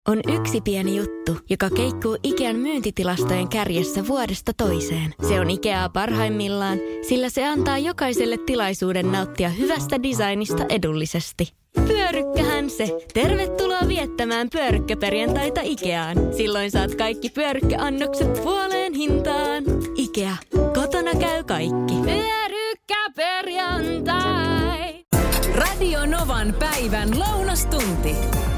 On yksi pieni juttu, joka keikkuu Ikean myyntitilastojen kärjessä vuodesta toiseen. Se on Ikeaa parhaimmillaan, sillä se antaa jokaiselle tilaisuuden nauttia hyvästä designista edullisesti. Pyörykkähän se! Tervetuloa viettämään pyörykkäperjantaita Ikeaan. Silloin saat kaikki pyörykkäannokset puoleen hintaan. Ikea. Kotona käy kaikki. Pyörykkäperjantai! Radio Novan päivän lounastunti.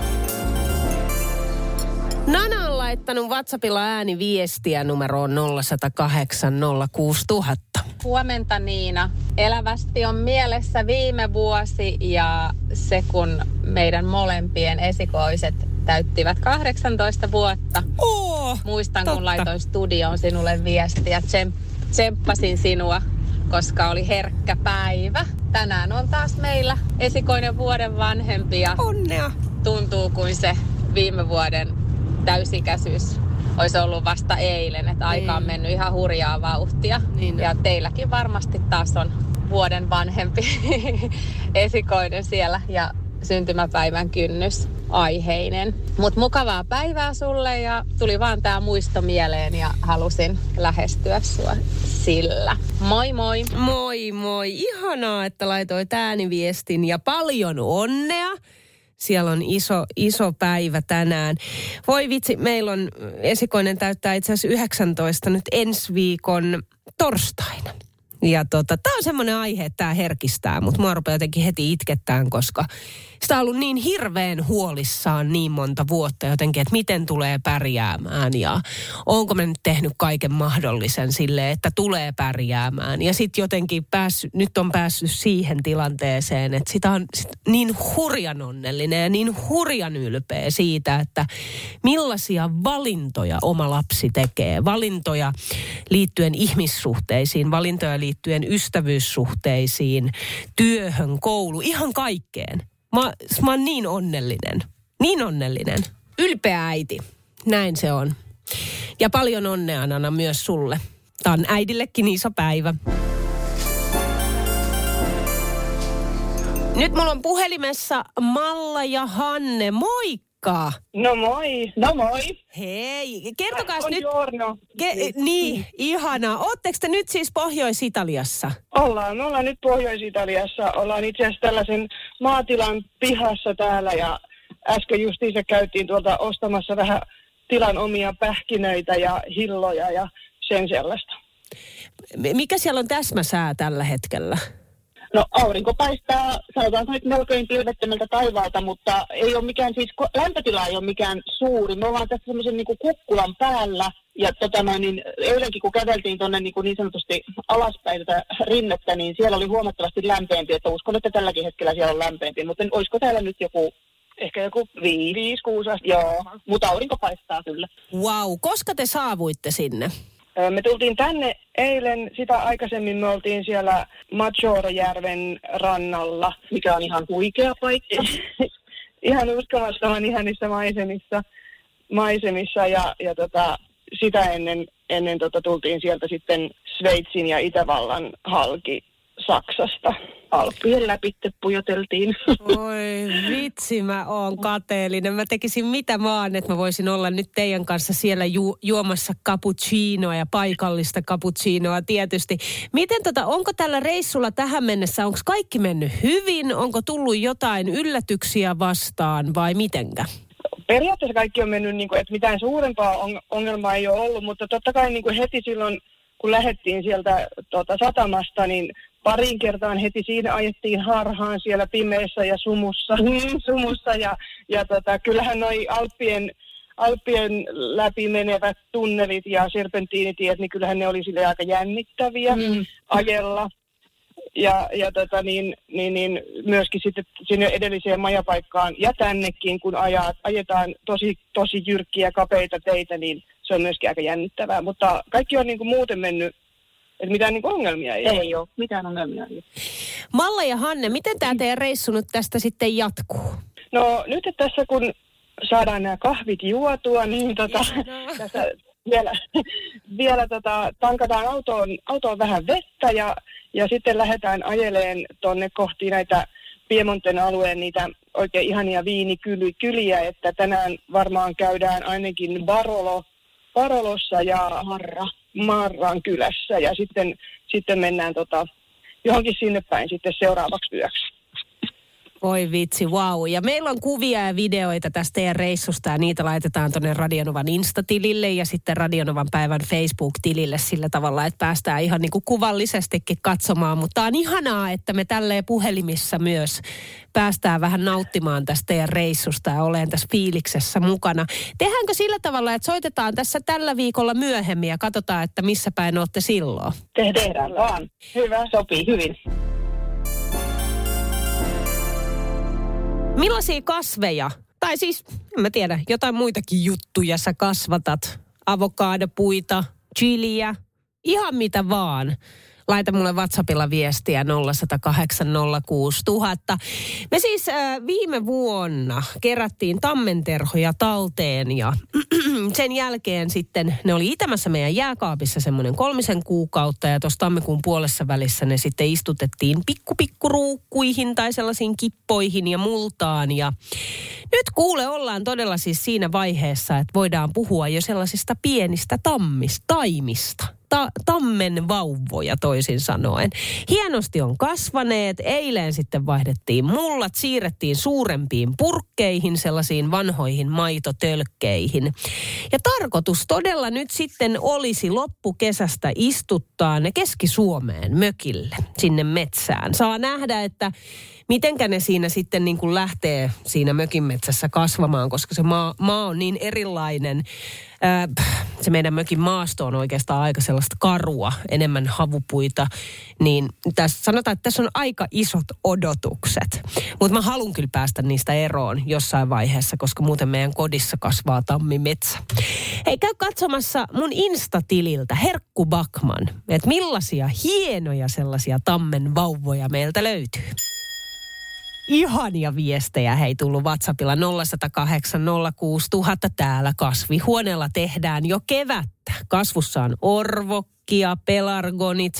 Nana on laittanut WhatsAppilla ääniviestiä numeroon 0108 06000. Huomenta Niina. Elävästi on mielessä viime vuosi ja se kun meidän molempien esikoiset täyttivät 18 vuotta. Muistan totta. Kun laitoin studioon sinulle viestiä, tsemppasin sinua, koska oli herkkä päivä. Tänään on taas meillä esikoinen vuoden vanhempi ja onnea. Tuntuu kuin se viime vuoden täysikäisyys olisi ollut vasta eilen, että aika on mennyt ihan hurjaa vauhtia. Niin ja teilläkin varmasti taas on vuoden vanhempi esikoinen siellä ja syntymäpäivän kynnys aiheinen. Mutta mukavaa päivää sulle ja tuli vaan tää muisto mieleen ja halusin lähestyä sua sillä. Moi moi! Moi moi! Ihanaa, että laitoit ääniviestin ja paljon onnea! Siellä on iso päivä tänään. Voi vitsi, meillä on esikoinen täyttää itse asiassa 19 nyt ensi viikon torstaina. Ja tää on semmoinen aihe, että tää herkistää, mutta mua rupeaa jotenkin heti itkettään, koska sitä on ollut niin hirveän huolissaan niin monta vuotta jotenkin, että miten tulee pärjäämään ja onko me nyt tehnyt kaiken mahdollisen silleen, että tulee pärjäämään. Ja sitten jotenkin nyt on päässyt siihen tilanteeseen, että sitä on niin hurjan onnellinen ja niin hurjan ylpeä siitä, että millaisia valintoja oma lapsi tekee. Valintoja liittyen ihmissuhteisiin, valintoja liittyen ystävyyssuhteisiin, työhön, kouluun, ihan kaikkeen. Mä oon niin onnellinen. Niin onnellinen. Ylpeä äiti. Näin se on. Ja paljon onnea, Nana, myös sulle. Tää on äidillekin iso päivä. Nyt mulla on puhelimessa Malla ja Hanne. Moikka! No moi. No moi. Hei, kertokaas nyt. Buongiorno. Niin, ihanaa. Ootteko te nyt siis Pohjois-Italiassa? Ollaan nyt Pohjois-Italiassa. Ollaan itse asiassa tällaisen maatilan pihassa täällä ja äsken justiinsa käytiin tuolta ostamassa vähän tilan omia pähkinöitä ja hilloja ja sen sellaista. Mikä siellä on täsmäsää tällä hetkellä? No aurinko paistaa, sanotaanko nyt melkein pilvettömältä taivaalta, mutta ei ole mikään, siis lämpötila ei ole mikään suuri. Me ollaan tässä semmoisen niin kuin kukkulan päällä ja eilenkin kun käveltiin tuonne niin sanotusti alaspäin tätä rinnettä, niin siellä oli huomattavasti lämpeämpi, että uskon, että tälläkin hetkellä siellä on lämpeämpi, mutta olisiko täällä nyt ehkä joku 5-6 astetta, joo, mutta aurinko paistaa kyllä. Wow, koska te saavuitte sinne? Me tultiin tänne eilen, sitä aikaisemmin me oltiin siellä Maggiorejärven rannalla, mikä on ihan huikea paikka. Ihan uskomattoman ihanissa maisemissa ja sitä ennen tultiin sieltä sitten Sveitsin ja Itävallan halki Saksasta. Alppien läpi pujoteltiin. Oi vitsi, mä oon kateellinen. Mä tekisin mitä vaan, että mä voisin olla nyt teidän kanssa siellä juomassa cappuccinoa ja paikallista cappuccinoa tietysti. Miten onko tällä reissulla tähän mennessä, onko kaikki mennyt hyvin? Onko tullut jotain yllätyksiä vastaan vai mitenkä? Periaatteessa kaikki on mennyt, että mitään suurempaa ongelmaa ei ole ollut, mutta totta kai heti silloin, kun lähdettiin sieltä satamasta, niin parin kertaan heti siinä ajettiin harhaan siellä pimeässä ja sumussa ja kyllähän noi Alppien läpi menevät tunnelit ja serpentiinitiet, niin kyllähän ne oli sille aika jännittäviä ajella. Ja myöskin sitten sinne edelliseen majapaikkaan ja tännekin, kun ajetaan tosi jyrkkiä kapeita teitä, niin se on myöskin aika jännittävää. Mutta kaikki on muuten mennyt. Että mitään ongelmia ei ole. Mitään ongelmia ei ole. Malla ja Hanne, miten tämä teidän reissu nyt tästä sitten jatkuu? No nyt tässä kun saadaan nämä kahvit juotua, niin tässä vielä tankataan autoon vähän vettä ja sitten lähdetään ajeleen tuonne kohti näitä Piemonten alueen niitä oikein ihania viinikyliä, että tänään varmaan käydään ainakin Barolossa ja Marran kylässä ja sitten mennään johonkin sinne päin sitten seuraavaksi yöksi. Oi vitsi, vau. Ja meillä on kuvia ja videoita tästä teidän reissusta ja niitä laitetaan tuonne Radio Novan Insta-tilille ja sitten Radio Novan päivän Facebook-tilille sillä tavalla, että päästään ihan niin kuin kuvallisestikin katsomaan. Mutta on ihanaa, että me tälleen puhelimissa myös päästään vähän nauttimaan tästä teidän reissusta ja olen tässä fiiliksessä mukana. Tehdäänkö sillä tavalla, että soitetaan tässä tällä viikolla myöhemmin ja katsotaan, että missä päin olette silloin? Tehdään vaan. Hyvä, sopii hyvin. Millaisia kasveja, tai siis, en mä tiedä, jotain muitakin juttuja sä kasvatat? Avokadopuita, chiliä, ihan mitä vaan. Laita mulle WhatsAppilla viestiä 0108 06 000. Me siis viime vuonna kerättiin tammenterhoja talteen ja sen jälkeen sitten ne oli itämässä meidän jääkaapissa semmoinen 3 kuukautta ja tuossa tammikuun puolessa välissä ne sitten istutettiin pikkuruukkuihin tai sellaisiin kippoihin ja multaan ja nyt kuule ollaan todella siis siinä vaiheessa, että voidaan puhua jo sellaisista pienistä taimista. Tammen vauvoja toisin sanoen. Hienosti on kasvaneet. Eilen sitten vaihdettiin mullat, siirrettiin suurempiin purkkeihin, sellaisiin vanhoihin maitotölkkeihin. Ja tarkoitus todella nyt sitten olisi loppukesästä istuttaa ne Keski-Suomeen mökille, sinne metsään. Saa nähdä, että mitenkä ne siinä sitten niin kuin lähtee siinä mökin metsässä kasvamaan, koska se maa on niin erilainen. Se meidän mökin maasto on oikeastaan aika sellaista karua, enemmän havupuita. Niin sanotaan, että tässä on aika isot odotukset. Mutta mä haluan kyllä päästä niistä eroon jossain vaiheessa, koska muuten meidän kodissa kasvaa tammimetsä. Hei, käy katsomassa mun Insta-tililtä Herkku Backman, että millaisia hienoja sellaisia tammen vauvoja meiltä löytyy. Ihania viestejä hei tullut WhatsAppilla 0108 06 000. Täällä kasvihuoneella tehdään jo kevättä. Kasvussa on orvokkia, pelargonit,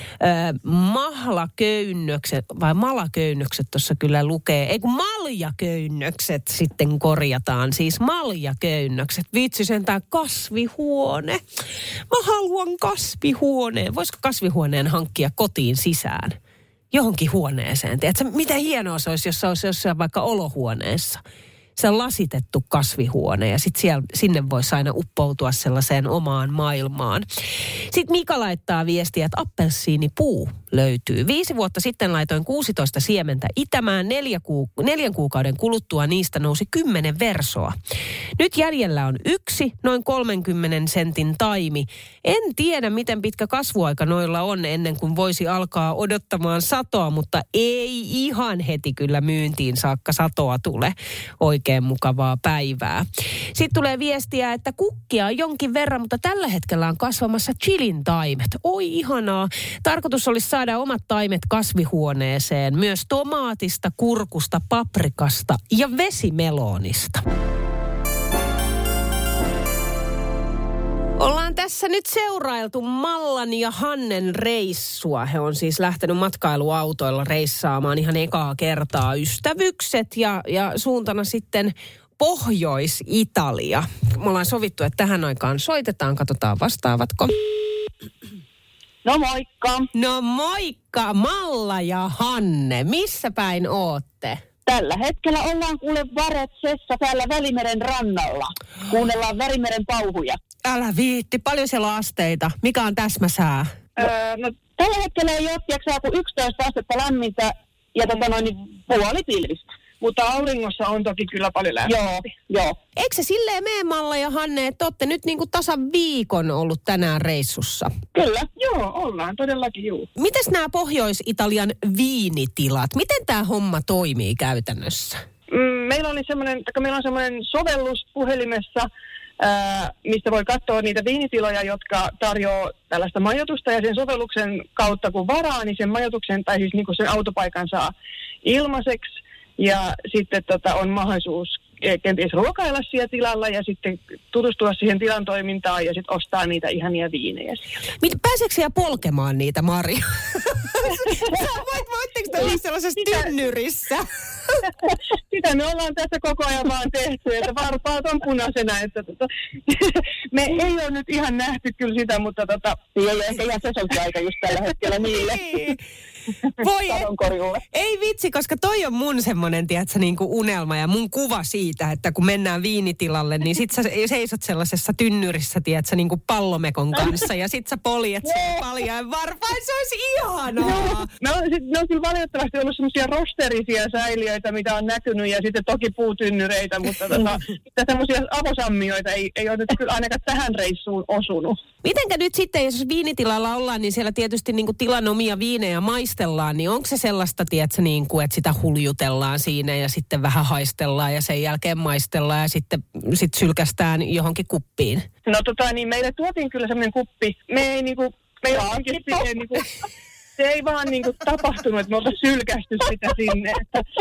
mahlaköynnökset, vai malaköynnökset tuossa kyllä lukee. Maljaköynnökset sitten korjataan, siis maljaköynnökset. Vitsi sentään kasvihuone. Mä haluan kasvihuoneen. Voisiko kasvihuoneen hankkia kotiin sisään? Johonkin huoneeseen. Tiedätkö, mitä hienoa se olisi, jos se olisi jossain vaikka olohuoneessa. Se on lasitettu kasvihuone ja sitten sinne voisi aina uppoutua sellaiseen omaan maailmaan. Sitten Mika laittaa viestiä, että appelsiinipuu löytyy. 5 vuotta sitten laitoin 16 siementä itämään. 4 kuukauden kuluttua niistä nousi 10 versoa. Nyt jäljellä on 1 noin 30 sentin taimi. En tiedä, miten pitkä kasvuaika noilla on ennen kuin voisi alkaa odottamaan satoa, mutta ei ihan heti kyllä myyntiin saakka satoa tule. Oikein mukavaa päivää. Sitten tulee viestiä, että kukkia on jonkin verran, mutta tällä hetkellä on kasvamassa chilin taimet. Oi ihanaa. Tarkoitus olisi saada omat taimet kasvihuoneeseen. Myös tomaatista, kurkusta, paprikasta ja vesimelonista. Ollaan tässä nyt seurailtu Mallan ja Hannen reissua. He on siis lähtenyt matkailuautoilla reissaamaan ihan ekaa kertaa ystävykset ja suuntana sitten Pohjois-Italia. Me ollaan sovittu, että tähän aikaan soitetaan. Katsotaan vastaavatko. No moikka. No moikka, Malla ja Hanne. Missä päin ootte? Tällä hetkellä ollaan kuule Varetsessa täällä Välimeren rannalla. Kuunnellaan Välimeren pauhuja. Älä viitti, paljon siellä on asteita. Mikä on täsmäsää? No tällä hetkellä ei ole, tiiäksä, kuin 11 astetta lämmintä ja puoli pilvistä. Mutta auringossa on toki kyllä paljon lämmintä. Joo. Eikö se silleen mene, Malla ja Hanne, että olette nyt niin kuin tasan viikon ollut tänään reissussa? Kyllä, joo, ollaan todellakin juu. Mites nämä Pohjois-Italian viinitilat? Miten tämä homma toimii käytännössä? Meillä on semmoinen sovellus puhelimessa, mistä voi katsoa niitä viinitiloja, jotka tarjoaa tällaista majoitusta. Ja sen sovelluksen kautta kun varaa, niin sen majoituksen tai siis niin kuin sen autopaikan saa ilmaiseksi. Ja sitten on mahdollisuus kenties ruokailla siellä tilalla ja sitten tutustua siihen tilan toimintaan ja sitten ostaa niitä ihania viinejä sieltä. Pääseekö siellä polkemaan niitä marjoja? Voitteko te olla sellaisessa tynnyrissä? Sitä me ollaan tässä koko ajan vaan tehty, että varpaat on punaisena. Että me ei ole nyt ihan nähty kyllä sitä, mutta ei ole ehkä ihan sesonkiaika just tällä hetkellä niille. Voi, ei vitsi, koska toi on mun semmoinen, tiedätkö, niin kuin unelma ja mun kuva siitä, että kun mennään viinitilalle, niin sit sä seisot sellaisessa tynnyrissä, tiedätkö, niin kuin pallomekon kanssa ja sit sä poljet sen paljain varpain, se olisi ihanaa. Ne on kyllä valitettavasti ollut semmoisia rosterisia säiliöitä, mitä on näkynyt ja sitten toki puutynnyreitä, mutta semmoisia avosammioita ei ole nyt kyllä ainakaan tähän reissuun osunut. Mitenkä nyt sitten, jos viinitilalla ollaan, niin siellä tietysti niin kuin tilan omia viinejä maistellaan, niin onko se sellaista, tiedätkö, niin kuin, että sitä huljutellaan siinä ja sitten vähän haistellaan ja sen jälkeen maistellaan ja sitten sylkästään johonkin kuppiin? No niin meille tuotiin kyllä semmoinen kuppi. Me ei oikeasti se ei vaan tapahtunut, että me oltaisiin sylkästy sitä sinne.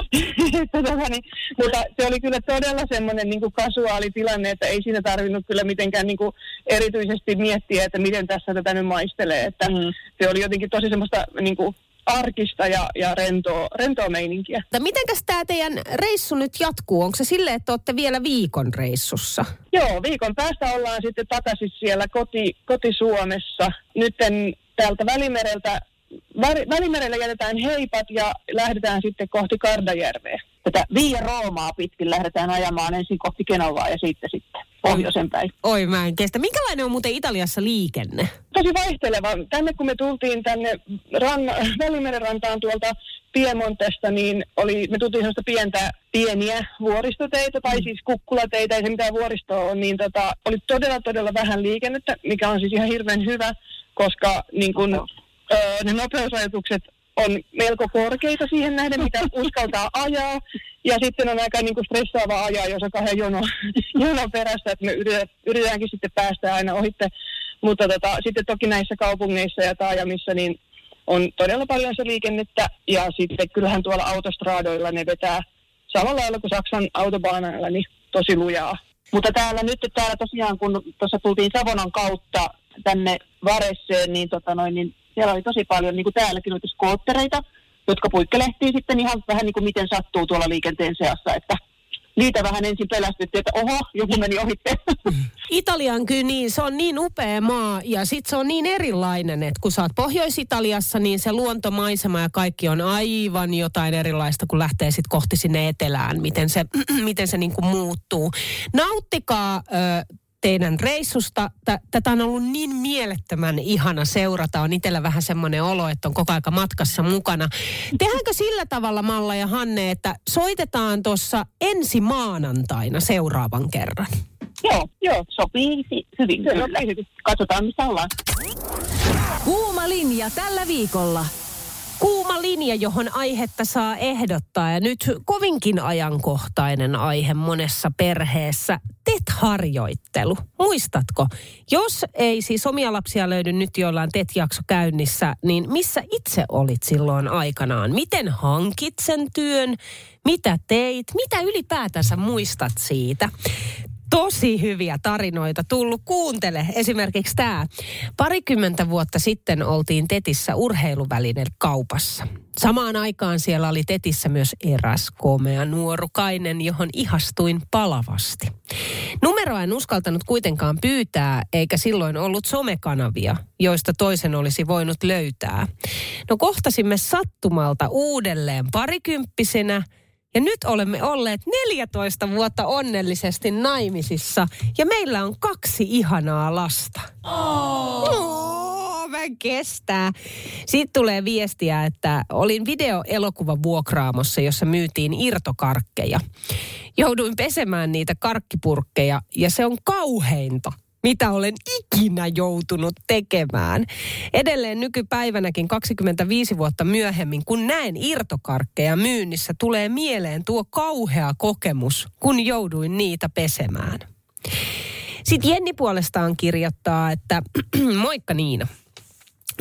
Mutta se oli kyllä todella semmoinen kasuaali tilanne, että ei siinä tarvinnut kyllä mitenkään erityisesti miettiä, että miten tässä tätä nyt maistelee. Että se oli jotenkin tosi semmoista arkista ja rentoa meininkiä. Mitenkäs tämä teidän reissu nyt jatkuu? Onko se silleen, että olette vielä viikon reissussa? Joo, viikon päästä ollaan sitten takaisin siellä koti-Suomessa. Nytten täältä Välimerellä jätetään heipat ja lähdetään sitten kohti Kardajärveä. Tätä Via Roomaa pitkin lähdetään ajamaan ensin kohti Genovaa ja sitten pohjoisen päin. Oi mä en kestä. Minkälainen on muuten Italiassa liikenne? Tosi vaihteleva. Tänne kun me tultiin tänne Välimeren rantaan tuolta Piemontesta, niin me tultiin sellaista pieniä vuoristoteitä tai siis kukkulateitä, ei se mitään vuoristoa on, niin oli todella vähän liikennettä, mikä on siis ihan hirveän hyvä, koska ne nopeusrajoitukset on melko korkeita siihen nähden, mitä uskaltaa ajaa. Ja sitten on aika stressaavaa ajaa, jos on kahden jono perässä, että me yritetäänkin sitten päästä aina ohitte. Mutta sitten toki näissä kaupungeissa ja taajamissa niin on todella paljon se liikennettä. Ja sitten kyllähän tuolla autostraadoilla ne vetää samalla lailla kuin Saksan autobaanalla, niin tosi lujaa. Mutta täällä tosiaan, kun tuossa tultiin Savonan kautta tänne Varesseen, niin siellä oli tosi paljon, niin kuin täälläkin, noita skoottereita, jotka puikkelehtii sitten ihan vähän niin kuin miten sattuu tuolla liikenteen seassa, että niitä vähän ensin pelästyttiin, että oho, joku meni ohitte. Italian kyllä niin, se on niin upea maa ja sitten se on niin erilainen, että kun sä oot Pohjois-Italiassa, niin se luontomaisema ja kaikki on aivan jotain erilaista, kun lähtee sitten kohti sinne etelään, miten se niin kuin muuttuu. Nauttikaa teidän reissusta. Tätä on ollut niin mielettömän ihana seurata. On itsellä vähän semmoinen olo, että on koko aika matkassa mukana. Tehdäänkö sillä tavalla, Malla ja Hanne, että soitetaan tuossa ensi maanantaina seuraavan kerran? Joo, sopii hyvin. Kyllä. Katsotaan, missä ollaan. Kuuma linja tällä viikolla. Kuuma linja, johon aihetta saa ehdottaa ja nyt kovinkin ajankohtainen aihe monessa perheessä. TET-harjoittelu. Muistatko? Jos ei siis omia lapsia löydy nyt, joilla on TET-jakso käynnissä, niin missä itse olit silloin aikanaan? Miten hankit sen työn? Mitä teit? Mitä ylipäätänsä muistat siitä? Tosi hyviä tarinoita tullut. Kuuntele esimerkiksi tämä. 20 vuotta sitten oltiin TETissä urheiluvälinekaupassa. Samaan aikaan siellä oli TETissä myös eräs komea nuorukainen, johon ihastuin palavasti. Numeroa en uskaltanut kuitenkaan pyytää, eikä silloin ollut somekanavia, joista toisen olisi voinut löytää. No kohtasimme sattumalta uudelleen parikymppisenä. Ja nyt olemme olleet 14 vuotta onnellisesti naimisissa ja meillä on 2 ihanaa lasta. Mä kestää. Siitä tulee viestiä, että olin videoelokuvavuokraamossa, jossa myytiin irtokarkkeja. Jouduin pesemään niitä karkkipurkkeja ja se on kauheinta, mitä olen ikinä joutunut tekemään. Edelleen nykypäivänäkin 25 vuotta myöhemmin, kun näen irtokarkkeja myynnissä, tulee mieleen tuo kauhea kokemus, kun jouduin niitä pesemään. Sitten Jenni puolestaan kirjoittaa, että moikka Niina.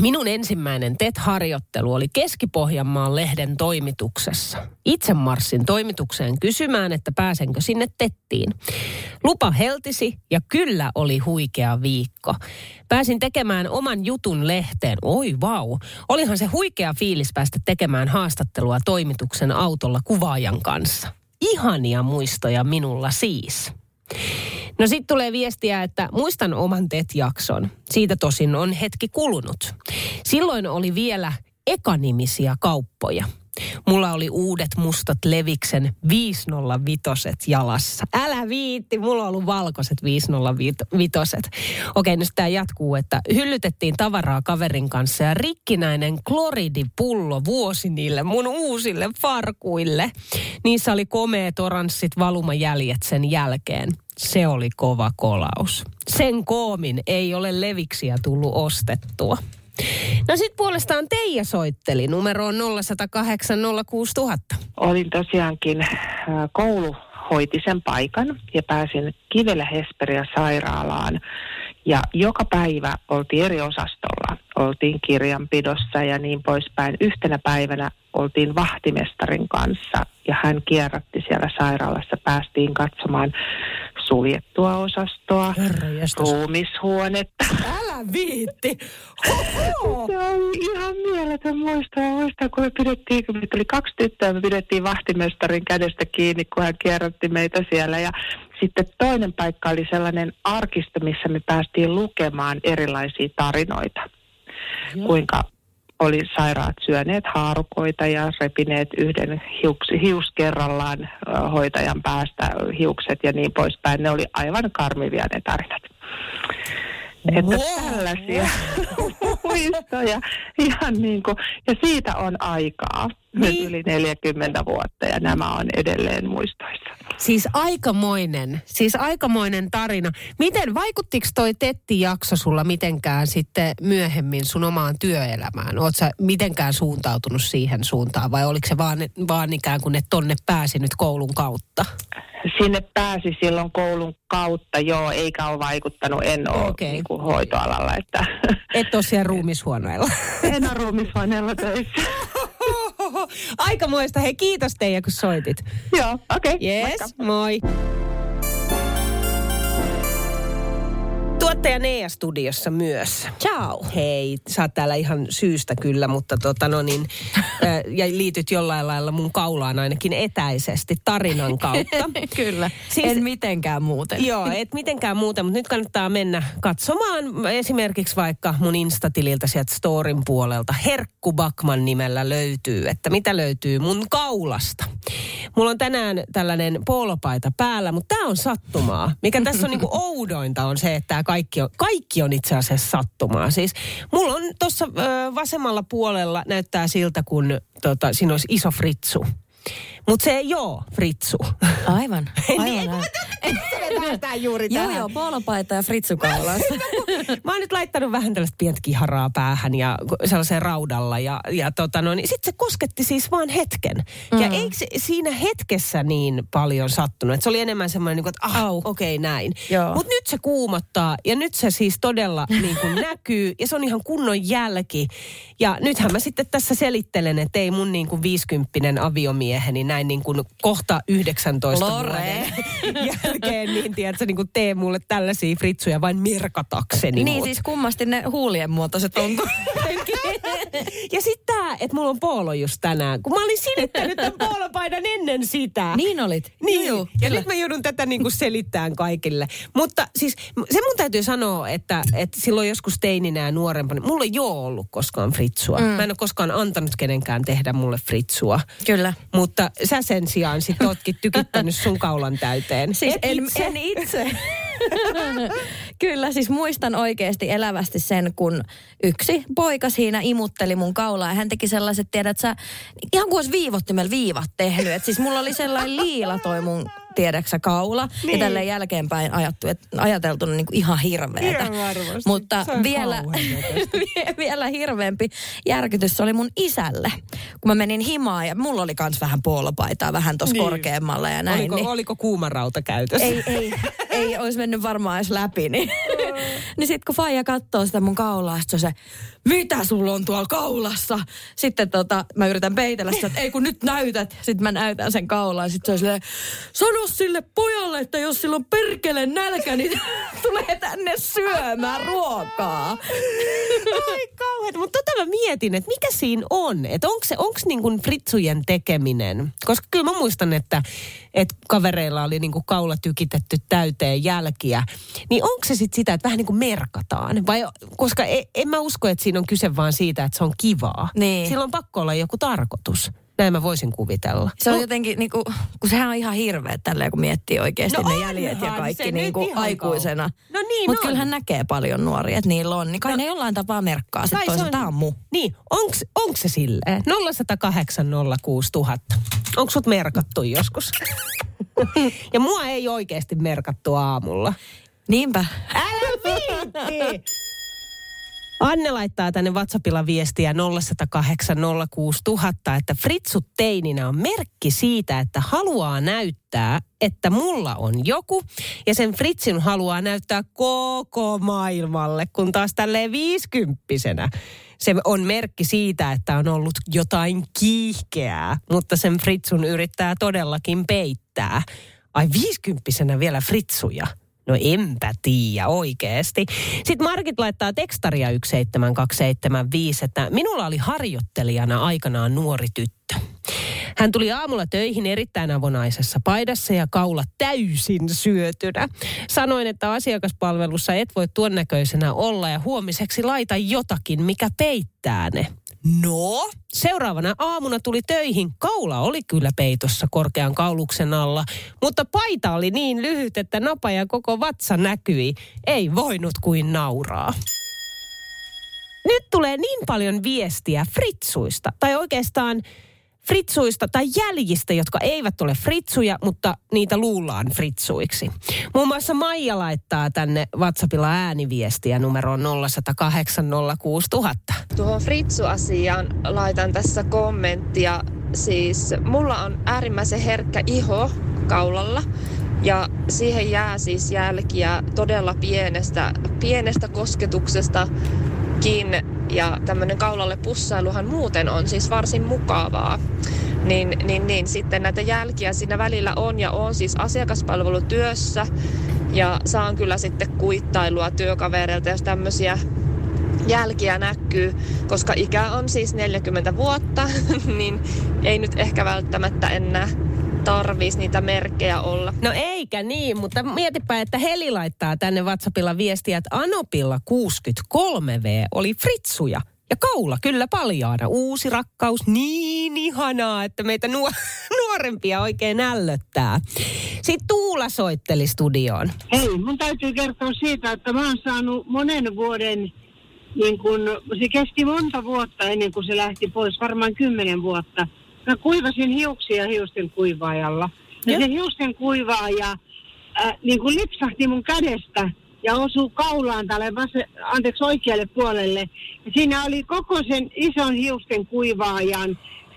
Minun ensimmäinen TET-harjoittelu oli Keski-Pohjanmaan lehden toimituksessa. Itse marssin toimitukseen kysymään, että pääsenkö sinne TETtiin. Lupa heltisi ja kyllä oli huikea viikko. Pääsin tekemään oman jutun lehteen. Oi vau. Olihan se huikea fiilis päästä tekemään haastattelua toimituksen autolla kuvaajan kanssa. Ihania muistoja minulla siis. No sitten tulee viestiä, että muistan oman TET-jakson. Siitä tosin on hetki kulunut. Silloin oli vielä ekanimisiä kauppoja. Mulla oli uudet mustat Leviksen 505 jalassa. Älä viitti, mulla on ollut valkoiset 505. Okei, nyt tämä jatkuu, että hyllytettiin tavaraa kaverin kanssa ja rikkinäinen kloridipullo vuosi niille mun uusille farkuille. Niissä oli komeet oranssit valumajäljet sen jälkeen. Se oli kova kolaus. Sen koomin ei ole Leviksiä tullut ostettua. No sit puolestaan Teija soitteli. Numero on 0108 06000. Olin tosiaankin, koulu hoiti sen paikan ja pääsin Kivelä Hesperia sairaalaan. Ja joka päivä oltiin eri osastolla. Oltiin kirjanpidossa ja niin poispäin. Yhtenä päivänä oltiin vahtimestarin kanssa ja hän kierrätti siellä sairaalassa. Päästiin katsomaan suljettua osastoa, ruumishuonetta. Älä viitti! Se oli ihan mieletön muistaa, kun me oli 2 tyttöä, me pidettiin vahtimestarin kädestä kiinni, kun hän kierrätti meitä siellä. Ja sitten toinen paikka oli sellainen arkisto, missä me päästiin lukemaan erilaisia tarinoita. Kuinka oli sairaat syöneet haarukoita ja repineet yhden hius kerrallaan hoitajan päästä hiukset ja niin poispäin. Ne oli aivan karmivia ne tarinat. Että tällaisia muistoja ihan niin kuin, ja siitä on aikaa. Niin. Yli 40 vuotta ja nämä on edelleen muistoissa. Siis aikamoinen tarina. Miten, vaikuttiko toi TET-jakso sulla mitenkään sitten myöhemmin sun omaan työelämään? Ootko sä mitenkään suuntautunut siihen suuntaan vai oliko se vaan ikään kuin, että tonne pääsi nyt koulun kautta? Sinne pääsi silloin koulun kautta, joo, eikä ole vaikuttanut, en ole niin kuin hoitoalalla. Että et ole siellä ruumishuoneella? En ole ruumishuoneella töissä. Aikamoista. Hei, kiitos Teija, kun soitit. Joo, okei. Yes, moi. Tuottaja Nea studiossa myös. Ciao. Hei, sä oot täällä ihan syystä kyllä, mutta ja liityt jollain lailla mun kaulaan ainakin etäisesti tarinan kautta. Kyllä, siis, en mitenkään muuten. Joo, et mitenkään muuten, mutta nyt kannattaa mennä katsomaan esimerkiksi vaikka mun Instatililtä sieltä storin puolelta. Herkku Backman nimellä löytyy, että mitä löytyy mun kaulasta. Mulla on tänään tällainen poolopaita päällä, mutta tää on sattumaa. Mikä tässä on niinku oudointa on se, että kaikki on itse asiassa sattumaa. Siis mulla on tuossa vasemmalla puolella näyttää siltä, kun siinä olisi iso fritsu. Mutta se ei ole fritsu. Aivan. Tää juuri tähän. Joo, poolopaita ja fritsukaulassa. Mä oon nyt laittanut vähän tällaista pientä kiharaa päähän ja sellaiseen raudalla. Niin sitten se kosketti siis vaan hetken. Ja eikö siinä hetkessä niin paljon sattunut? Että se oli enemmän semmoinen, että okei, näin. Mutta nyt se kuumottaa ja nyt se siis todella niin kuin näkyy ja se on ihan kunnon jälki. Ja nythän mä sitten tässä selittelen, että ei mun niin kuin 50 aviomieheni näin niin kuin kohta 19 vuoden jälkeen, niin tiedätkö, niin kuin tee mulle tällaisia fritsuja vain merkatakseni. Niin siis kummasti ne huulien muotoiset tuntuu. Ja sitten tämä, että mulla on poolo just tänään, kun mä olin silittänyt tämän poolopaidan ennen sitä. Niin olit. Niin. Joo, ja nyt mä joudun tätä niin kuin selittämään kaikille. Mutta siis se mun täytyy sanoa, että silloin joskus teininä ja nuorempana, mulla ei ole ollut koskaan fritsua. Mä en ole koskaan antanut kenenkään tehdä mulle fritsua. Kyllä. Mutta sä sen sijaan sit ootkin tykittänyt sun kaulan täyteen. Siis en itse. Kyllä, siis muistan oikeasti elävästi sen, kun yksi poika siinä imutteli mun kaulaa ja hän teki sellaiset, tiedät sä, ihan kuin olisi viivottimella viivat tehnyt. Et siis mulla oli sellainen liila toi mun, tiedäksä, kaula ja tälleen jälkeenpäin ajateltu niin kuin ihan hirveetä. Mutta vielä hirveämpi järkytys oli mun isälle, kun mä menin himaan ja mulla oli kans vähän poolopaitaa vähän tossa korkeammalla ja näin. Oliko kuuma rauta käytössä? Ei olisi mennyt varmaan edes läpi. Niin. Niin sit kun faija katsoo sitä mun kaulaa, sit se mitä sulla on tuolla kaulassa? Sitten mä yritän peitellä sitä, että ei kun nyt näytät. Sitten mä näytän sen kaulaan. Sitten se on silleen, sano sille pojalle, että jos sillä on perkele nälkä, niin tulee tänne syömään ruokaa. Ai kauheeta, mutta mä mietin, että mikä siinä on? Että onko niin kuin fritsujen tekeminen? Koska kyllä mä muistan, että kavereilla oli niin kuin kaula tykitetty täyteen jälkiä. Niin onko se sitten sitä, että vähän niin kuin merkataan? Vai, koska en mä usko, että siinä on kyse vaan siitä, että se on kivaa. Niin. Sillä on pakko olla joku tarkoitus. Näin mä voisin kuvitella. Se on jotenkin niinku, kun sehän on ihan hirveä tälleen, kun miettii oikeasti ne jäljet ja kaikki niinku aikuisena. No niin mutta kyllähän näkee paljon nuoria, että niillä on. Niin kai ne jollain tapaa merkkaa. Sitten toisaalta tää on mu. Niin, onko se silleen? 0108 06000. Onko sut merkattu joskus? Ja mua ei oikeasti merkattu aamulla. Niinpä. Älä viitti! Anne laittaa tänne WhatsAppilla viestiä 0108 06000, että fritsut teininä on merkki siitä, että haluaa näyttää, että mulla on joku. Ja sen fritsin haluaa näyttää koko maailmalle, kun taas tälleen 50-vuotiaana. Se on merkki siitä, että on ollut jotain kiihkeää, mutta sen fritsun yrittää todellakin peittää. Ai 50-vuotiaana vielä fritsuja. No enpä tiedä oikeasti. Sitten Margit laittaa tekstaria 17275, että minulla oli harjoittelijana aikanaan nuori tyttö. Hän tuli aamulla töihin erittäin avonaisessa paidassa ja kaula täysin syötynä. Sanoin, että asiakaspalvelussa et voi tuon näköisenä olla ja huomiseksi laita jotakin, mikä peittää ne. No, seuraavana aamuna tuli töihin. Kaula oli kyllä peitossa korkean kauluksen alla, mutta paita oli niin lyhyt, että napa ja koko vatsa näkyi. Ei voinut kuin nauraa. Nyt tulee niin paljon viestiä fritsuista, tai oikeastaan fritsuista tai jäljistä, jotka eivät ole fritsuja, mutta niitä luullaan fritsuiksi. Muun muassa Maija laittaa tänne WhatsAppilla ääniviestiä numeroon 0108 06000. Tuohon fritsu-asiaan laitan tässä kommenttia. Siis mulla on äärimmäisen herkkä iho kaulalla ja siihen jää siis jälkiä todella pienestä kosketuksestakin. Ja tämmöinen kaulalle pussailuhan muuten on siis varsin mukavaa. Niin sitten näitä jälkiä siinä välillä on ja on siis asiakaspalvelutyössä. Ja saan kyllä sitten kuittailua työkavereilta, jos tämmöisiä jälkiä näkyy. Koska ikä on siis 40 vuotta, niin ei nyt ehkä välttämättä enää tarvitsisi niitä merkkejä olla. No eikä niin, mutta mietipä, että Heli laittaa tänne WhatsAppilla viestiä, että Anopilla 63V oli fritsuja. Ja kaula kyllä paljaana. Uusi rakkaus, niin ihanaa, että meitä nuorempia oikein ällöttää. Sitten Tuula soitteli studioon. Hei, mun täytyy kertoa siitä, että mä oon saanut monen vuoden, niin kun, se kesti monta vuotta ennen kuin se lähti pois, varmaan 10 vuotta. Mä kuivasin hiuksia hiusten kuivaajalla. Ja se hiusten kuivaaja niin kuin lipsahti mun kädestä ja osui kaulaan tälle oikealle puolelle. Ja siinä oli koko sen ison hiusten kuivaajan,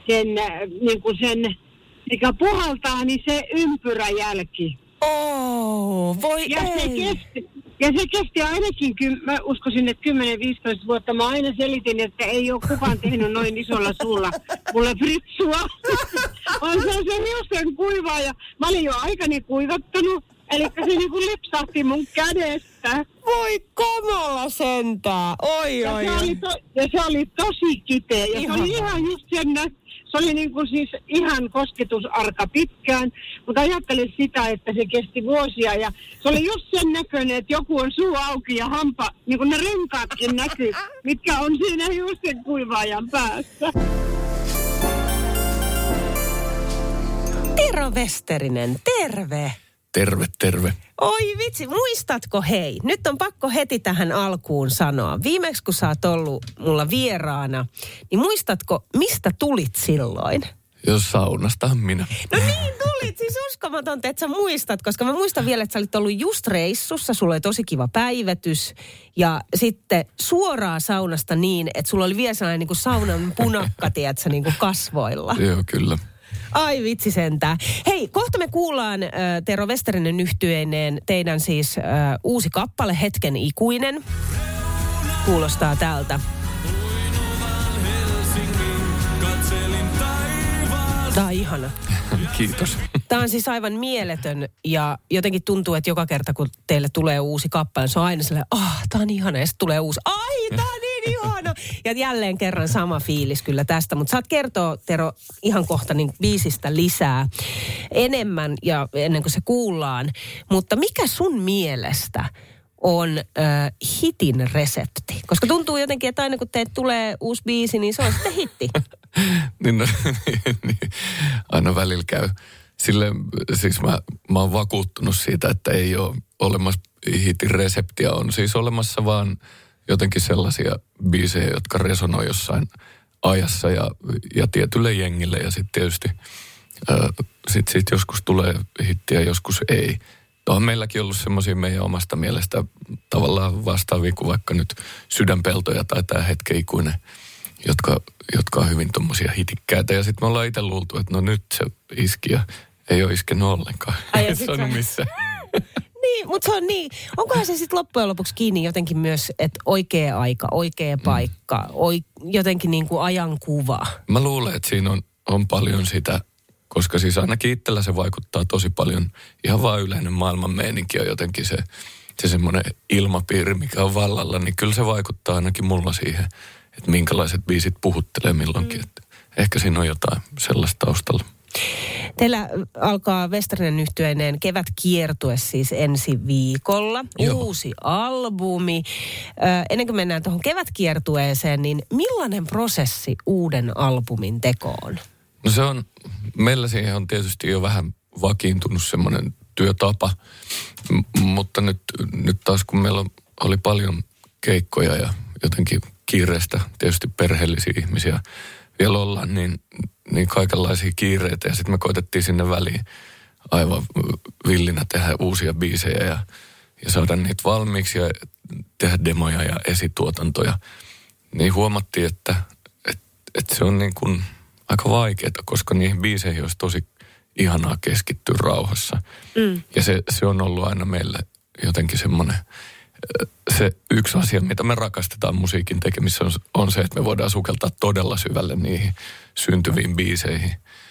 mikä puhaltaa, niin se ympyräjälki. Voi ja ei. Se kesti ainakin, mä uskoisin, että 10-15 vuotta. Mä aina selitin, että ei ole kukaan tehnyt noin isolla suulla mulle fritsua. On se hiusten kuivaaja. Mä olin jo aikani kuivattanut, eli se niinku lipsahti mun kädestä. Voi kamala sentää. Oi. Ja se oli tosi kipeä. Ja se oli ihan just se oli niin kuin siis ihan kosketusarka pitkään, mutta ajattelin sitä, että se kesti vuosia ja se oli just sen näköinen, että joku on suu auki ja hampa, niin kuin ne renkaatkin näkyy, mitkä on siinä hiusten kuivaajan päässä. Tero Westerinen, terve! Terve. Oi vitsi, muistatko hei? Nyt on pakko heti tähän alkuun sanoa. Viimeksi kun sä oot ollut mulla vieraana, niin muistatko, mistä tulit silloin? Jos saunastahan minä. No niin tulit, siis uskomatonta, että sä muistat, koska mä muistan vielä, että sä olit ollut just reissussa, sulla oli tosi kiva päivätys ja sitten suoraan saunasta niin, että sulla oli vielä sellainen niin kuin saunan punakka, tiedätkö, niin kuin kasvoilla. Joo, kyllä. Ai vitsi sentään. Hei, kohta me kuullaan Tero Westerinen yhtyeineen teidän siis uusi kappale Hetken ikuinen. Kuulostaa tältä. Tää on ihana. Kiitos. Tää on siis aivan mieletön ja jotenkin tuntuu, että joka kerta kun teille tulee uusi kappale, se on aina sellainen, tää on ihana ja sitten tulee uusi, tää on niin ihana. Ja jälleen kerran sama fiilis kyllä tästä, mutta saat kertoa, Tero, ihan kohta niin biisistä lisää enemmän ja ennen kuin se kuullaan. Mutta mikä sun mielestä on hitin resepti? Koska tuntuu jotenkin, että aina kun teet tulee uusi biisi, niin se on sitten hitti. niin, aina välillä käy. Siis mä oon vakuuttunut siitä, että ei ole olemassa hitin reseptiä. On siis olemassa vaan jotenkin sellaisia biisejä, jotka resonoi jossain ajassa ja tietylle jengille. Ja sitten tietysti sit joskus tulee hittiä, joskus ei. On meilläkin ollut semmoisia meidän omasta mielestä tavallaan vastaavia kuin vaikka nyt Sydänpeltoja tai tämä Hetken ikuinen, jotka on hyvin tommosia hitikkäitä. Ja sitten me ollaan itse luultu, että no nyt se iski ja ei ole iskenut ollenkaan. Ei saanut missään. Niin, mutta se on niin. Onkohan se sitten loppujen lopuksi kiinni jotenkin myös, että oikea aika, oikea paikka, jotenkin niin kuin ajankuva? Mä luulen, että siinä on paljon sitä, koska siis ainakin itsellä se vaikuttaa tosi paljon. Ihan vaan yleinen maailman meininki on jotenkin se semmoinen ilmapiiri, mikä on vallalla, niin kyllä se vaikuttaa ainakin mulla siihen, että minkälaiset biisit puhuttelee milloinkin. Että ehkä siinä on jotain sellaista taustalla. Teillä alkaa Westerinen yhtyeineen kevätkiertue siis ensi viikolla. Joo. Uusi albumi. Ennen kuin mennään tuohon kevätkiertueeseen, niin millainen prosessi uuden albumin tekoon? No se on, meillä siihen on tietysti jo vähän vakiintunut semmoinen työtapa, mutta nyt taas kun meillä oli paljon keikkoja ja jotenkin kiireistä, tietysti perheellisiä ihmisiä vielä ollaan, niin kaikenlaisia kiireitä. Ja sitten me koitettiin sinne väliin aivan villinä tehdä uusia biisejä ja saada niitä valmiiksi ja tehdä demoja ja esituotantoja. Niin huomattiin, että se on niin kuin aika vaikeaa, koska niihin biiseihin olisi tosi ihanaa keskittyä rauhassa. Ja se on ollut aina meille jotenkin semmoinen, se yksi asia, mitä me rakastetaan musiikin tekemissä on se, että me voidaan sukeltaa todella syvälle niihin syntyviin biiseihin.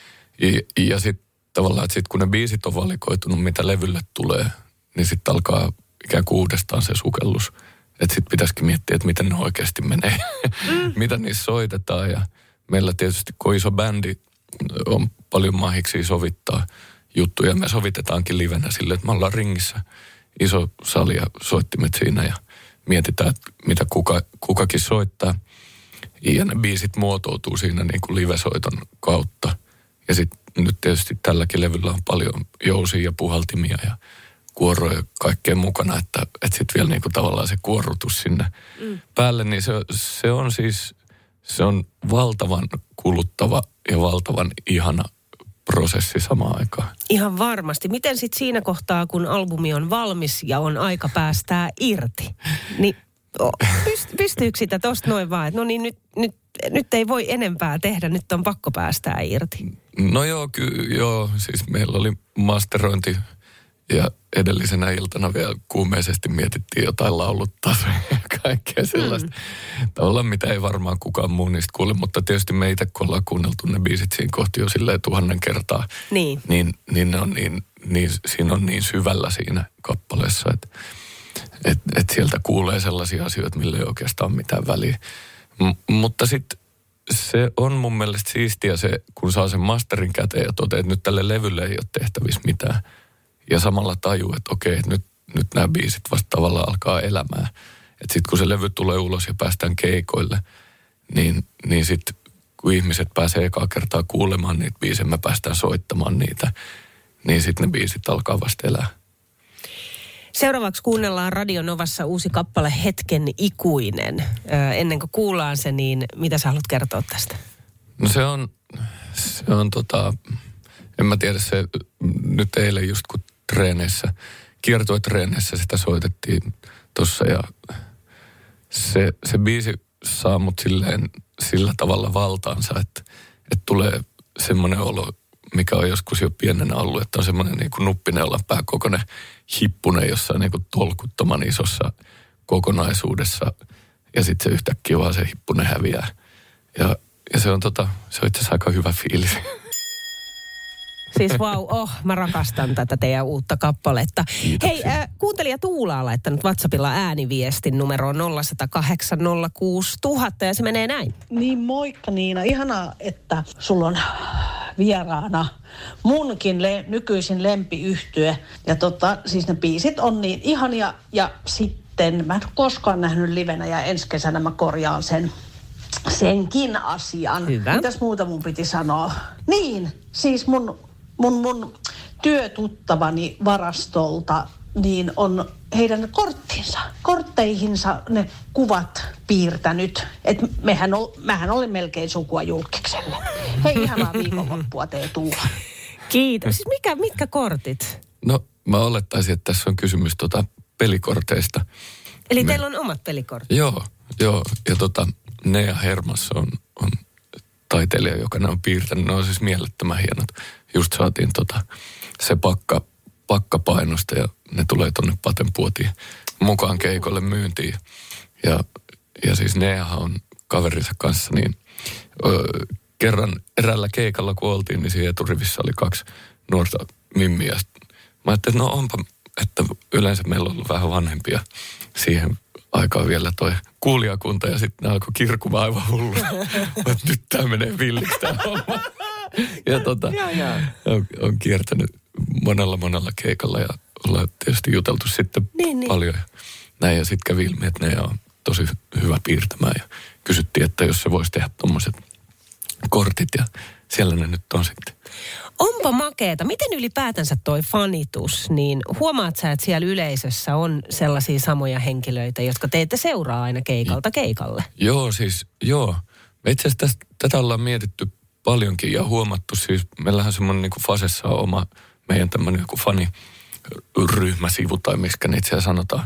Ja sitten tavallaan, että kun ne biisit on valikoitunut, mitä levylle tulee, niin sitten alkaa ikään kuin uudestaan se sukellus. Että sitten pitäisikin miettiä, että miten ne oikeasti menee, mitä niissä soitetaan. Ja meillä tietysti, kun iso bändi, on paljon mahiksi sovittaa juttuja. Me sovitetaankin livenä silleen, että me ollaan ringissä iso sali ja soittimet siinä ja mietitään, että mitä kukakin soittaa. Ja ne biisit muotoutuu siinä niin kuin livesoiton kautta. Ja sitten nyt tietysti tälläkin levyllä on paljon jousia ja puhaltimia ja kuoroja ja kaikkea mukana, että sitten vielä niin kuin tavallaan se kuorrutus sinne päälle, niin se on siis, se on valtavan kuluttava ja valtavan ihana prosessi samaan aikaan. Ihan varmasti. Miten sitten siinä kohtaa, kun albumi on valmis ja on aika päästää irti, niin pystyykö sitä tosta noin vaan, että no niin nyt ei voi enempää tehdä, nyt on pakko päästää irti? No joo, siis meillä oli masterointi ja edellisenä iltana vielä kuumeisesti mietittiin jotain laulutasoja ja kaikkea sellaista. Tavallaan mitä ei varmaan kukaan muu niistä kuule, mutta tietysti me itse kun ollaan kuunneltu ne biisit siinä kohti jo silleen 1000 kertaa, niin ne on siinä on niin syvällä siinä kappaleessa, että sieltä kuulee sellaisia asioita, millä ei oikeastaan mitään väliä. Mutta sitten se on mun mielestä siistiä se, kun saa sen masterin käteen ja toteaa, että nyt tälle levylle ei ole tehtävissä mitään. Ja samalla tajuu, että okei, että nyt nämä biisit vasta tavallaan alkaa elämään. Että sitten kun se levy tulee ulos ja päästään keikoille, niin sitten kun ihmiset pääsee ekaa kertaa kuulemaan niitä biisejä, me päästään soittamaan niitä, niin sitten ne biisit alkaa vasta elää. Seuraavaksi kuunnellaan Radio Novassa uusi kappale Hetken ikuinen. Ennen kuin kuullaan se, niin mitä sä haluat kertoa tästä? No se on en mä tiedä, se nyt eilen just kun kiertuetreeneissä sitä soitettiin tossa ja se biisi saa mut sillä tavalla valtaansa, että tulee semmoinen olo, mikä on joskus jo pienenä ollut, että on semmoinen niin kuin nuppineulan pääkokoinen hippunen jossain niin kuin tolkuttoman isossa kokonaisuudessa. Ja sitten se yhtäkkiä vaan se hippunen häviää. Ja se on se on itse asiassa aika hyvä fiilis. Siis mä rakastan tätä teidän uutta kappaletta. Kiitoksia. Hei, kuuntelija Tuula on laittanut WhatsAppilla ääniviestin numeroon 0806000 ja se menee näin. Niin moikka Niina, ihanaa, että sulla on vieraana munkin nykyisin lempiyhtye. Ja siis ne biisit on niin ihania ja sitten mä en koskaan nähnyt livenä ja ensi kesänä mä korjaan senkin asian. Hyvä. Mitäs muuta mun piti sanoa? Niin, siis mun työtuttavani varastolta niin on heidän kortteihinsa ne kuvat piirtänyt. Että mähän olin melkein sukua Julkikselle. Hei, ihanaa viikonloppua Tuula. Kiitos. Siis mitkä kortit? No mä olettaisin, että tässä on kysymys pelikorteista. Eli teillä on omat pelikortit? Joo. Ja Nea Hermas on taiteilija, joka ne on piirtänyt. Ne on siis mielettömän hienot. Just saatiin se pakkapainosta ja ne tulee tonne Patenpuotiin mukaan keikolle myyntiin. Ja siis Neahan on kaverinsa kanssa, niin kerran eräällä keikalla kun oltiin, niin siinä eturivissä oli 2 nuorta mimmiä. Mä ajattelin, että onpa, että yleensä meillä on ollut vähän vanhempia siihen aikaan vielä toi kuulijakunta ja sitten ne alkoi kirkumaan aivan hullu. Nyt tää menee villiksi tää homma. Ja on kiertänyt monella keikalla ja ollaan tietysti juteltu sitten paljon. Näin ja sitten kävi ilmi, että ne on tosi hyvä piirtämään ja kysyttiin, että jos se voisi tehdä tommoset kortit ja siellä ne nyt on sitten. Onpa makeeta. Miten ylipäätänsä toi fanitus, niin huomaat sä, että siellä yleisössä on sellaisia samoja henkilöitä, jotka teitä seuraa aina keikalta keikalle? Joo. Itse asiassa tätä ollaan mietitty paljonkin ja huomattu. Siis meillähän semmoinen niin kuin Fasessa on oma meidän tämmöinen joku faniryhmäsivu tai miskä niitä siellä sanotaan.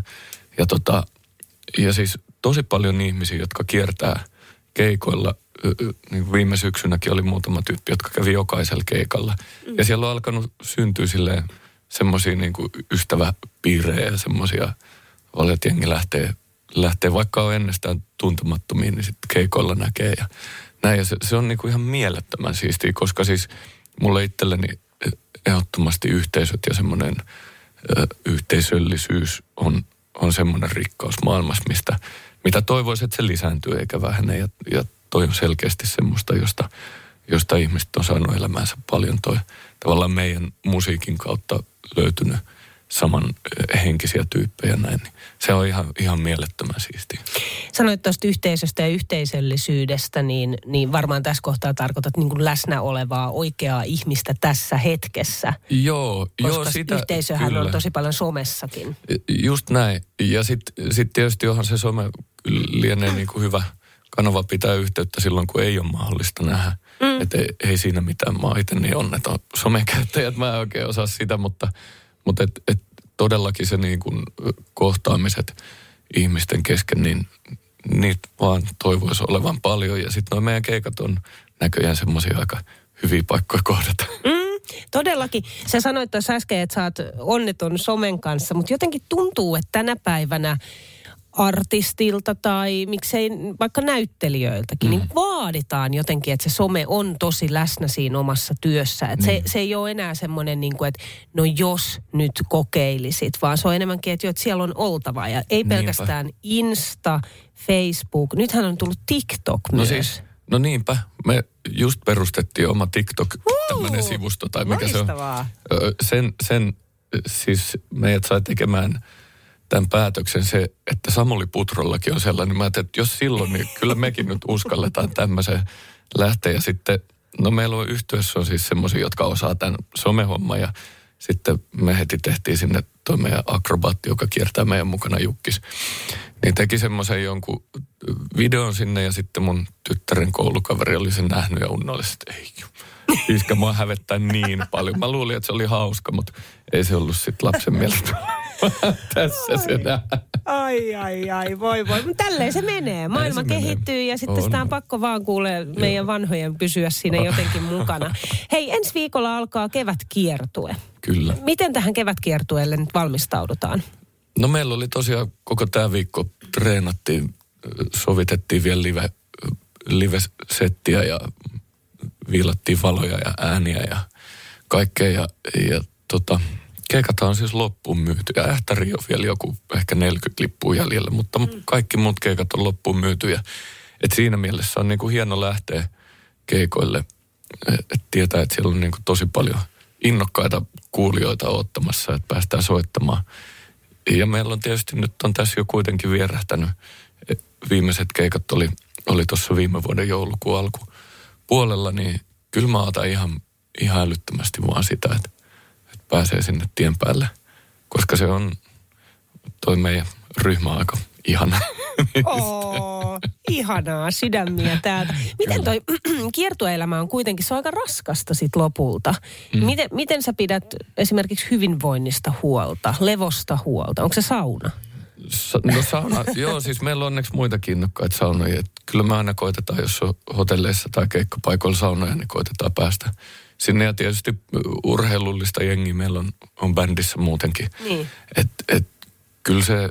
Ja siis tosi paljon ihmisiä, jotka kiertää keikoilla. Niin viime syksynäkin oli muutama tyyppi, jotka kävi jokaisella keikalla. Ja siellä on alkanut syntyä silleen semmoisia niin kuin ystäväpiirejä ja semmoisia, että jengi lähtee, vaikka on ennestään tuntemattomiin, niin sitten keikoilla näkee ja näin. Ja se on niin kuin ihan mielettömän siistiä, koska siis mulle itselleni ehdottomasti yhteisöt ja semmoinen yhteisöllisyys on semmoinen rikkaus maailmassa, mitä toivoisi, että se lisääntyy eikä vähene. Ja toi on selkeästi semmoista, josta ihmiset on saanut elämäänsä paljon. Toi tavallaan meidän musiikin kautta löytynyt samanhenkisiä tyyppejä näin. Niin se on ihan mielettömän siistiä. Sanoit tuosta yhteisöstä ja yhteisöllisyydestä, niin varmaan tässä kohtaa tarkoitat niin kuin läsnä olevaa oikeaa ihmistä tässä hetkessä. Joo, sitä yhteisöhän kyllä on tosi paljon somessakin. Just näin. Ja sit tietysti onhan se some lienee niin kuin hyvä kanava pitää yhteyttä silloin, kun ei ole mahdollista nähdä. Että ei siinä mitään. Mä oon itse niin onneton somekäyttäjä, että mä en oikein osaa sitä, mutta et todellakin se niin kuin kohtaamiset ihmisten kesken, niin niitä vaan toivoisi olevan paljon. Ja sitten nuo meidän keikat on näköjään semmoisia aika hyviä paikkoja kohdata. Todellakin. Sä sanoit tuossa äsken, että sä oot onneton somen kanssa, mutta jotenkin tuntuu, että tänä päivänä artistilta tai miksei vaikka näyttelijöiltäkin, niin vaaditaan jotenkin, että se some on tosi läsnä siinä omassa työssä. Että se ei ole enää semmoinen, niin kuin, että no jos nyt kokeilisit, vaan se on enemmänkin, että siellä on oltava. Ja ei pelkästään Insta, Facebook. Nythän on tullut TikTok myös. No niinpä. Me just perustettiin oma TikTok, tämmöinen sivusto tai mikä loistavaa. Se on. Sen siis meidät sai tekemään tämän päätöksen se, että Samuli Putrollakin on sellainen. Mä ajattelin, että jos silloin, niin kyllä mekin nyt uskalletaan tämmöiseen lähteä. Ja sitten, no meillä on yhtiössä on siis semmoisia, jotka osaa tämän somehomman. Ja sitten me heti tehtiin sinne tuo meidän akrobaatti, joka kiertää meidän mukana Jukkis. Niin teki semmoisen jonkun videon sinne ja sitten mun tyttären koulukaveri oli sen nähnyt ja unnollisesti, että ei iskä mua hävettää niin paljon. Mä luulin, että se oli hauska, mutta ei se ollut sitten lapsen mielestä. Tässä se nähdään. Ai, voi. Mutta tälleen se menee. Maailma kehittyy ja sitten sitä on pakko vaan kuulee meidän vanhojen pysyä siinä jotenkin mukana. Hei, ensi viikolla alkaa kevätkiertue. Kyllä. Miten tähän kevätkiertueelle nyt valmistaudutaan? No meillä oli tosiaan koko tämä viikko treenattiin, sovitettiin vielä live-settiä ja viilattiin valoja ja ääniä ja kaikkea. Ja keikat on siis loppuun myyty. Ja Ähtäri on vielä joku ehkä 40 lippua jäljellä, mutta kaikki muut keikat on loppuun myyty. Ja, et siinä mielessä on niinku hieno lähteä keikoille, että tietää, että siellä on niinku tosi paljon innokkaita kuulijoita odottamassa, että päästään soittamaan. Ja meillä on tietysti nyt on tässä jo kuitenkin vierähtänyt. Viimeiset keikat oli tuossa viime vuoden joulukuun alkupuolella, niin kyllä mä otan ihan älyttömästi vaan sitä, että pääsee sinne tien päälle. Koska se on toi meidän ryhmä aika ihana. Ihanaa, sydämiä täältä. Miten toi kiertueelämä on kuitenkin, se on aika raskasta sit lopulta. Miten sä pidät esimerkiksi hyvinvoinnista huolta, levosta huolta? Onko se sauna? No sauna, joo, siis meillä on onneksi muitakin innokkaita saunoja. Kyllä me aina koitetaan, jos on hotelleissa tai keikkapaikoilla saunoja, niin koitetaan päästä sinne. Ja tietysti urheilullista jengiä meillä on bändissä muutenkin. Niin. Kyllä se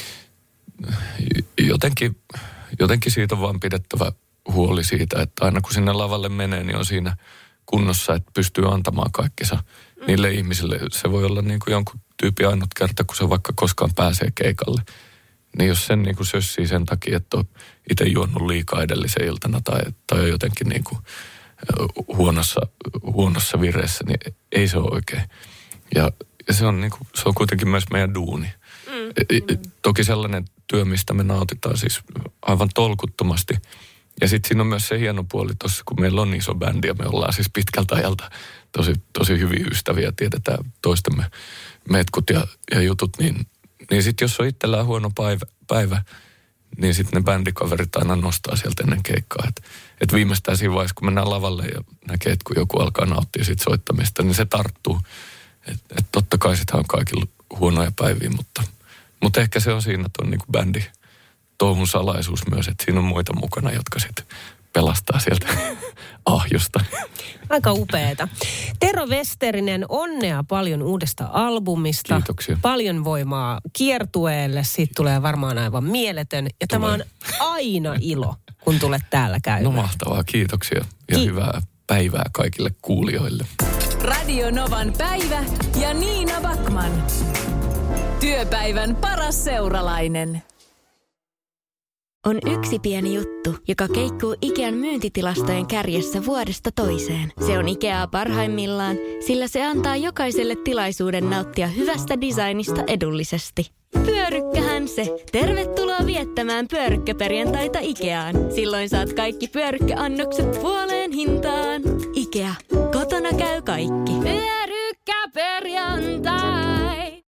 jotenkin siitä on vaan pidettävä huoli siitä, että aina kun sinne lavalle menee, niin on siinä kunnossa, että pystyy antamaan kaikkensa niille ihmisille. Se voi olla niin kuin jonkun tyypin ainut kerta, kun se vaikka koskaan pääsee keikalle. Niin jos sen niin kuin sössii sen takia, että on itse juonut liikaa edellisen iltana tai on jotenkin niin kuin huonossa vireessä, niin ei se ole oikein. Ja se on, niin kuin, se on kuitenkin myös meidän duuni. Toki sellainen työ, mistä me nautitaan siis aivan tolkuttomasti. Ja sitten siinä on myös se hieno puoli tuossa, kun meillä on iso bändi ja me ollaan siis pitkältä ajalta tosi hyviä ystäviä, tiedetään toistemme metkut ja jutut, niin sitten jos on itsellään huono päivä, niin sitten ne bändikaverit aina nostaa sieltä ennen keikkaa. Et viimeistään siinä vaiheessa, kun mennään lavalle ja näkee, että kun joku alkaa nauttia siitä soittamista, niin se tarttuu. Et totta kai sitä on kaikilla huonoja päiviä, mutta ehkä se on siinä tuon niin kuin bändi touhun salaisuus myös, että siinä on muita mukana, jotka sitten pelastaa sieltä ahjosta. Aika upeeta. Tero Westerinen, onnea paljon uudesta albumista. Kiitoksia. Paljon voimaa kiertueelle. Siitä tulee varmaan aivan mieletön. Ja tämä on aina ilo, kun tulet täällä käymään. No mahtavaa, kiitoksia. Ja hyvää päivää kaikille kuulijoille. Radio Novan päivä ja Niina Backman. Työpäivän paras seuralainen. On yksi pieni juttu, joka keikkuu Ikean myyntitilastojen kärjessä vuodesta toiseen. Se on Ikeaa parhaimmillaan, sillä se antaa jokaiselle tilaisuuden nauttia hyvästä designista edullisesti. Pyörykkähän se. Tervetuloa viettämään pyörykkäperjantaita Ikeaan. Silloin saat kaikki pyörykkäannokset puoleen hintaan. Ikea. Kotona käy kaikki. Pyörykkäperjantai.